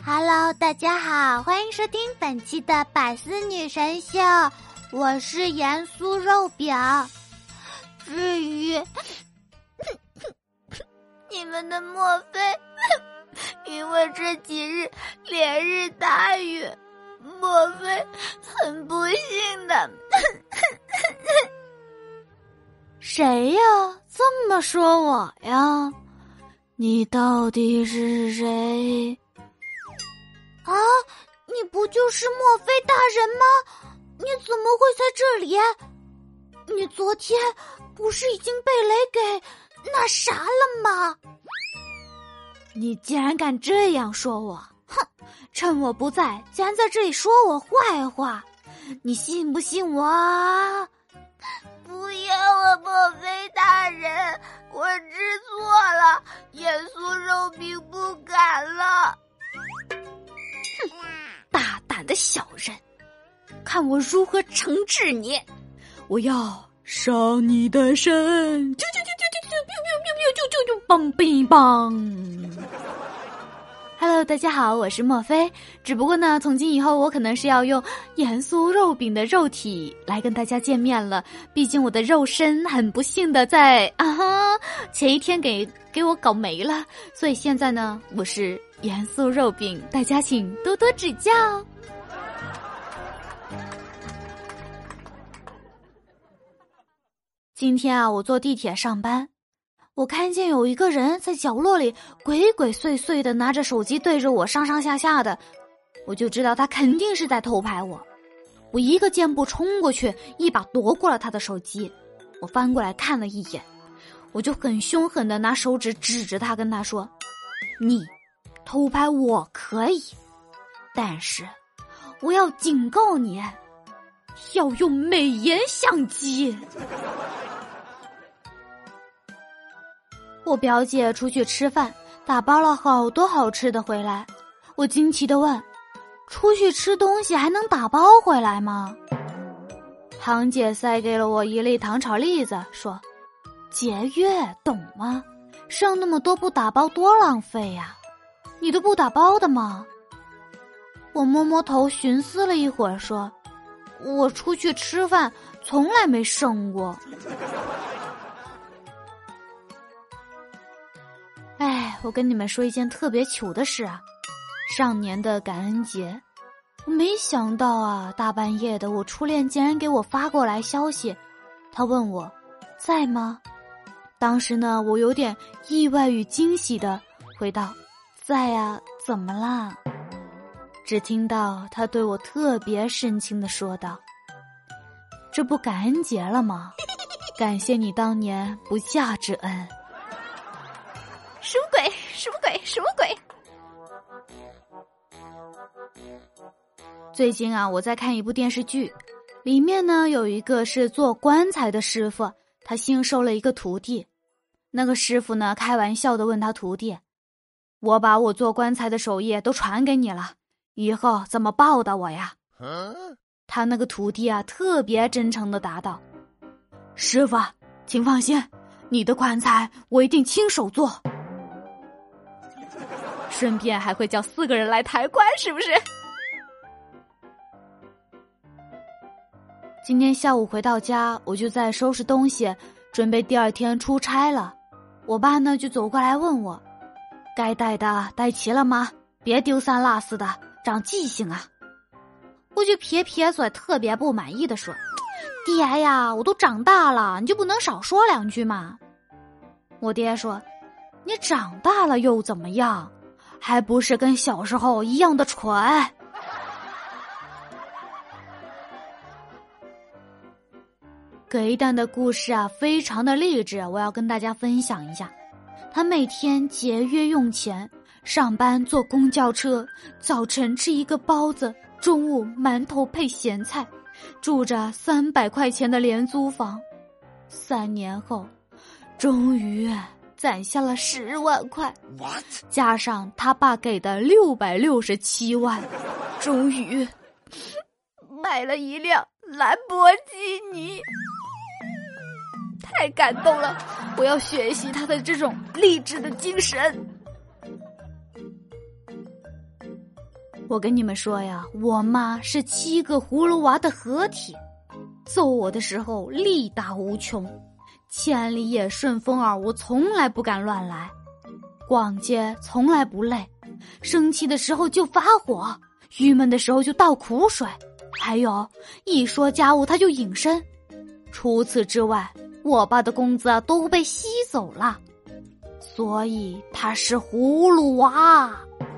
Hello， 大家好，欢迎收听本期的百思女神秀，我是盐酥肉饼。至于你们的莫非，因为这几日连日大雨，莫非很不幸的。谁呀？这么说我呀？你到底是谁？啊，你不就是莫非大人吗？你怎么会在这里？你昨天不是已经被雷给那啥了吗？你竟然敢这样说我，哼！趁我不在，竟然在这里说我坏话，你信不信我啊？不要啊，莫非大人，我知错了，盐酥肉饼不敢了。哼，大胆的小人，看我如何惩治你！我要伤你的身！啾啾啾啾啾啾啾啾啾啾梆梆梆。Hello， 大家好，我是莫非。只不过呢，从今以后我可能是要用盐酥肉饼的肉体来跟大家见面了。毕竟我的肉身很不幸的在前一天给我搞没了，所以现在呢，我是盐酥肉饼，大家请多多指教。今天啊，我坐地铁上班。我看见有一个人在角落里鬼鬼祟祟的拿着手机对着我上上下下的，我就知道他肯定是在偷拍我。我一个箭步冲过去，一把夺过了他的手机。我翻过来看了一眼，我就很凶狠的拿手指指着他，跟他说：你偷拍我可以，但是我要警告你，要用美颜相机。我表姐出去吃饭，打包了好多好吃的回来。我惊奇地问：出去吃东西还能打包回来吗？堂姐塞给了我一粒糖炒栗子，说：节约懂吗？剩那么多不打包多浪费呀！你都不打包的吗？我摸摸头寻思了一会儿，说：我出去吃饭从来没剩过。我跟你们说一件特别糗的事啊！上年的感恩节，我没想到啊，大半夜的，我初恋竟然给我发过来消息，他问我在吗？当时呢，我有点意外与惊喜的回道：在呀，怎么啦？只听到他对我特别深情的说道：这不感恩节了吗？感谢你当年不嫁之恩。什么鬼？什么鬼？什么鬼？最近啊，我在看一部电视剧，里面呢有一个是做棺材的师傅，他新收了一个徒弟。那个师傅呢，开玩笑的问他徒弟：我把我做棺材的手艺都传给你了，以后怎么报答我呀？他那个徒弟啊，特别真诚的答道：师傅，请放心，你的棺材我一定亲手做。顺便还会叫4个人来抬棺，是不是？今天下午回到家，我就在收拾东西，准备第二天出差了。我爸呢就走过来问我：该带的带齐了吗？别丢三落四的，长记性啊！我就撇撇嘴，特别不满意的说：爹呀，我都长大了，你就不能少说2句吗？我爹说：你长大了又怎么样？还不是跟小时候一样的蠢。给蛋的故事啊，非常的励志，我要跟大家分享一下。他每天节约用钱，上班坐公交车，早晨吃一个包子，中午馒头配咸菜，住着300块钱的廉租房。3年后，终于攒下了10万块，加上他爸给的667万，终于买了一辆兰博基尼。太感动了，我要学习他的这种励志的精神。 我跟你们说呀，我妈是7个葫芦娃的合体，揍我的时候力大无穷，千里眼顺风耳我从来不敢乱来，逛街从来不累，生气的时候就发火，郁闷的时候就倒苦水，还有一说家务他就隐身。除此之外，我爸的工资都被吸走了，所以他是葫芦娃。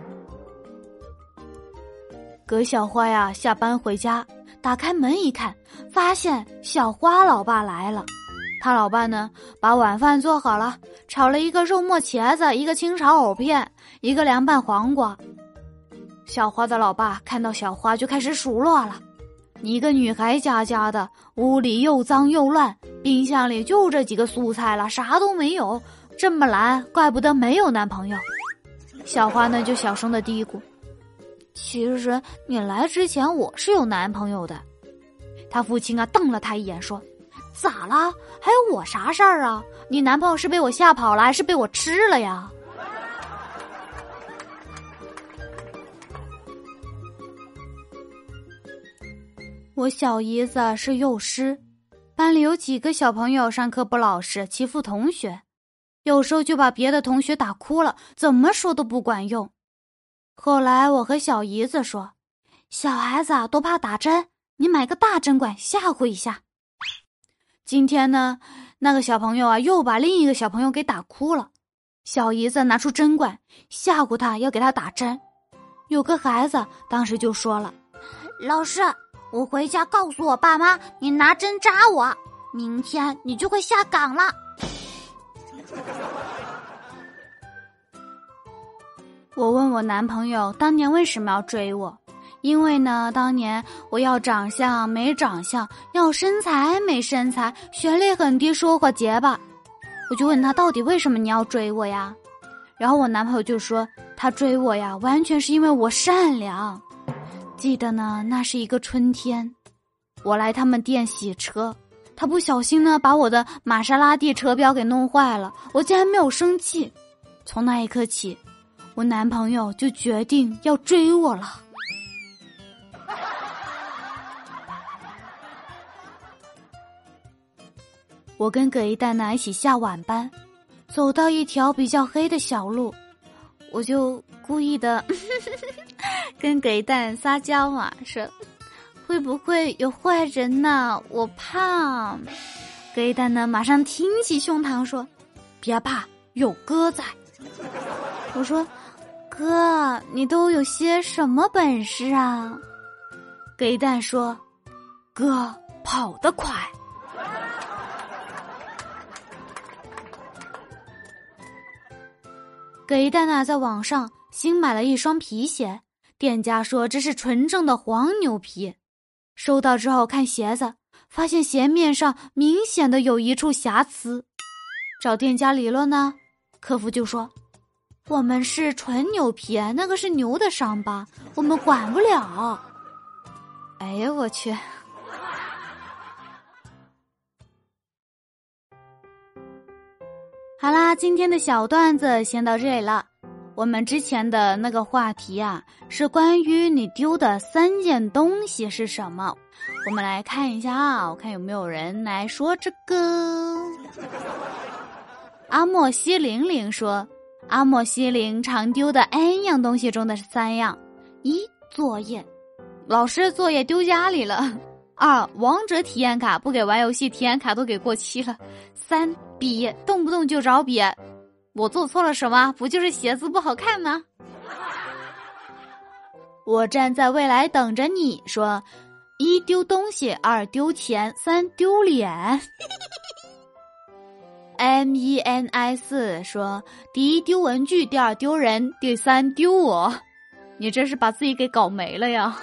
葛小花呀，下班回家，打开门一看，发现小花老爸来了。他老爸呢，把晚饭做好了，炒了一个肉末茄子，一个清炒藕片，一个凉拌黄瓜。小花的老爸看到小花就开始数落了：你一个女孩家家的，屋里又脏又乱，冰箱里就这几个蔬菜了，啥都没有，这么懒，怪不得没有男朋友。小花呢就小声的嘀咕：其实你来之前我是有男朋友的。他父亲瞪了他一眼说：咋了？还有我啥事儿啊？你男朋友是被我吓跑了，还是被我吃了呀？我小姨子是幼师，班里有几个小朋友上课不老实，欺负同学，有时候就把别的同学打哭了，怎么说都不管用。后来我和小姨子说，小孩子都怕打针，你买个大针管吓唬一下。今天呢，那个小朋友又把另一个小朋友给打哭了，小姨子拿出针管吓唬他，要给他打针。有个孩子当时就说了：老师，我回家告诉我爸妈，你拿针扎我，明天你就会下岗了。我问我男朋友当年为什么要追我，因为呢，当年我要长相没长相，要身材没身材，学历很低，说话结巴。我就问他到底为什么你要追我呀？然后我男朋友就说，他追我呀，完全是因为我善良。记得呢，那是一个春天，我来他们店洗车，他不小心呢把我的玛莎拉蒂车标给弄坏了，我竟然没有生气。从那一刻起，我男朋友就决定要追我了。我跟葛一蛋呢一起下晚班，走到一条比较黑的小路，我就故意的跟葛一蛋撒娇嘛，说会不会有坏人呢？我怕。葛一蛋呢马上挺起胸膛说，别怕，有哥在。我说，哥，你都有些什么本事啊？葛一蛋说，哥跑得快。葛一蛋在网上新买了一双皮鞋，店家说这是纯正的黄牛皮。收到之后看鞋子，发现鞋面上明显的有一处瑕疵。找店家理论呢，客服就说，我们是纯牛皮，那个是牛的伤疤，我们管不了。哎呀我去。好啦，今天的小段子先到这里了。我们之前的那个话题是关于你丢的3件东西是什么。我们来看一下我看有没有人来说这个。阿莫西玲玲说，阿莫西玲常丢的 N 样东西中的3样：一、作业，老师作业丢家里了；2、王者体验卡，不给玩游戏体验卡都给过期了；3、笔，动不动就找笔，我做错了什么？不就是写字不好看吗？我站在未来等着你说：1丢东西，2丢钱，3丢脸。MENI4 说：第1丢文具，第2丢人，第3丢我。你这是把自己给搞没了呀。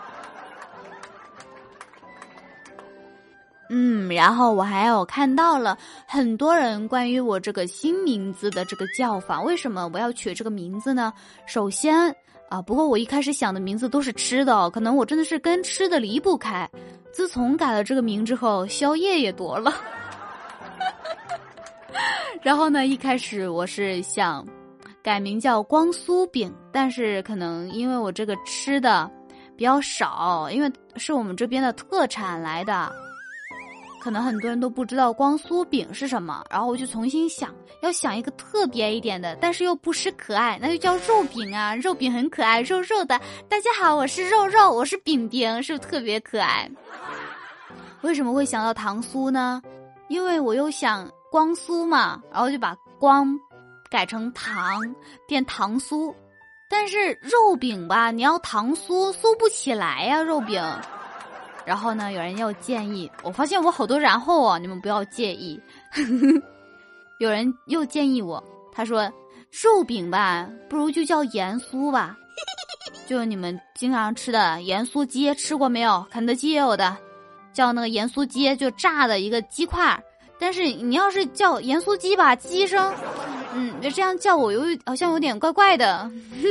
然后我还有看到了很多人关于我这个新名字的这个叫法。为什么我要取这个名字呢？首先不过我一开始想的名字都是吃的可能我真的是跟吃的离不开。自从改了这个名之后，宵夜也多了。然后呢，一开始我是想改名叫光酥饼，但是可能因为我这个吃的比较少，因为是我们这边的特产来的，可能很多人都不知道光酥饼是什么，然后我就重新想，要想一个特别一点的，但是又不失可爱，那就叫肉饼啊，肉饼很可爱，肉肉的。大家好，我是肉肉，我是饼饼，是不是特别可爱？为什么会想到糖酥呢？因为我又想光酥嘛，然后就把光改成糖，变糖酥。但是肉饼吧，你要糖酥不起来呀，肉饼。然后呢，有人又建议，我发现我好多然后啊，你们不要介意。有人又建议我，他说肉饼吧，不如就叫盐酥吧，就你们经常吃的盐酥鸡，吃过没有？肯德基也有的，叫那个盐酥鸡，就炸的一个鸡块。但是你要是叫盐酥鸡吧，鸡声，就这样叫我好像有点怪怪的。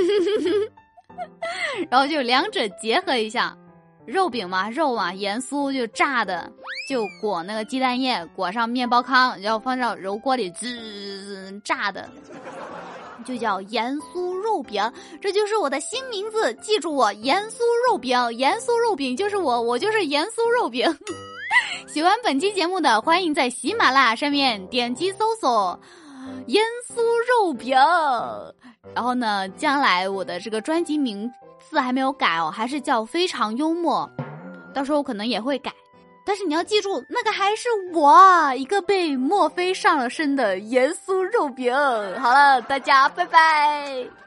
然后就两者结合一下。肉饼嘛，肉嘛，盐酥就炸的，就裹那个鸡蛋液，裹上面包糠，然后放到油锅里炸的，就叫盐酥肉饼。这就是我的新名字，记住我，盐酥肉饼，盐酥肉饼就是我就是盐酥肉饼。喜欢本期节目的，欢迎在喜马拉雅上面点击搜索盐酥肉饼。然后呢，将来我的这个专辑名字还没有改哦，还是叫非常幽默，到时候可能也会改。但是你要记住，那个还是我，一个被墨菲上了身的盐酥肉饼。好了，大家拜拜。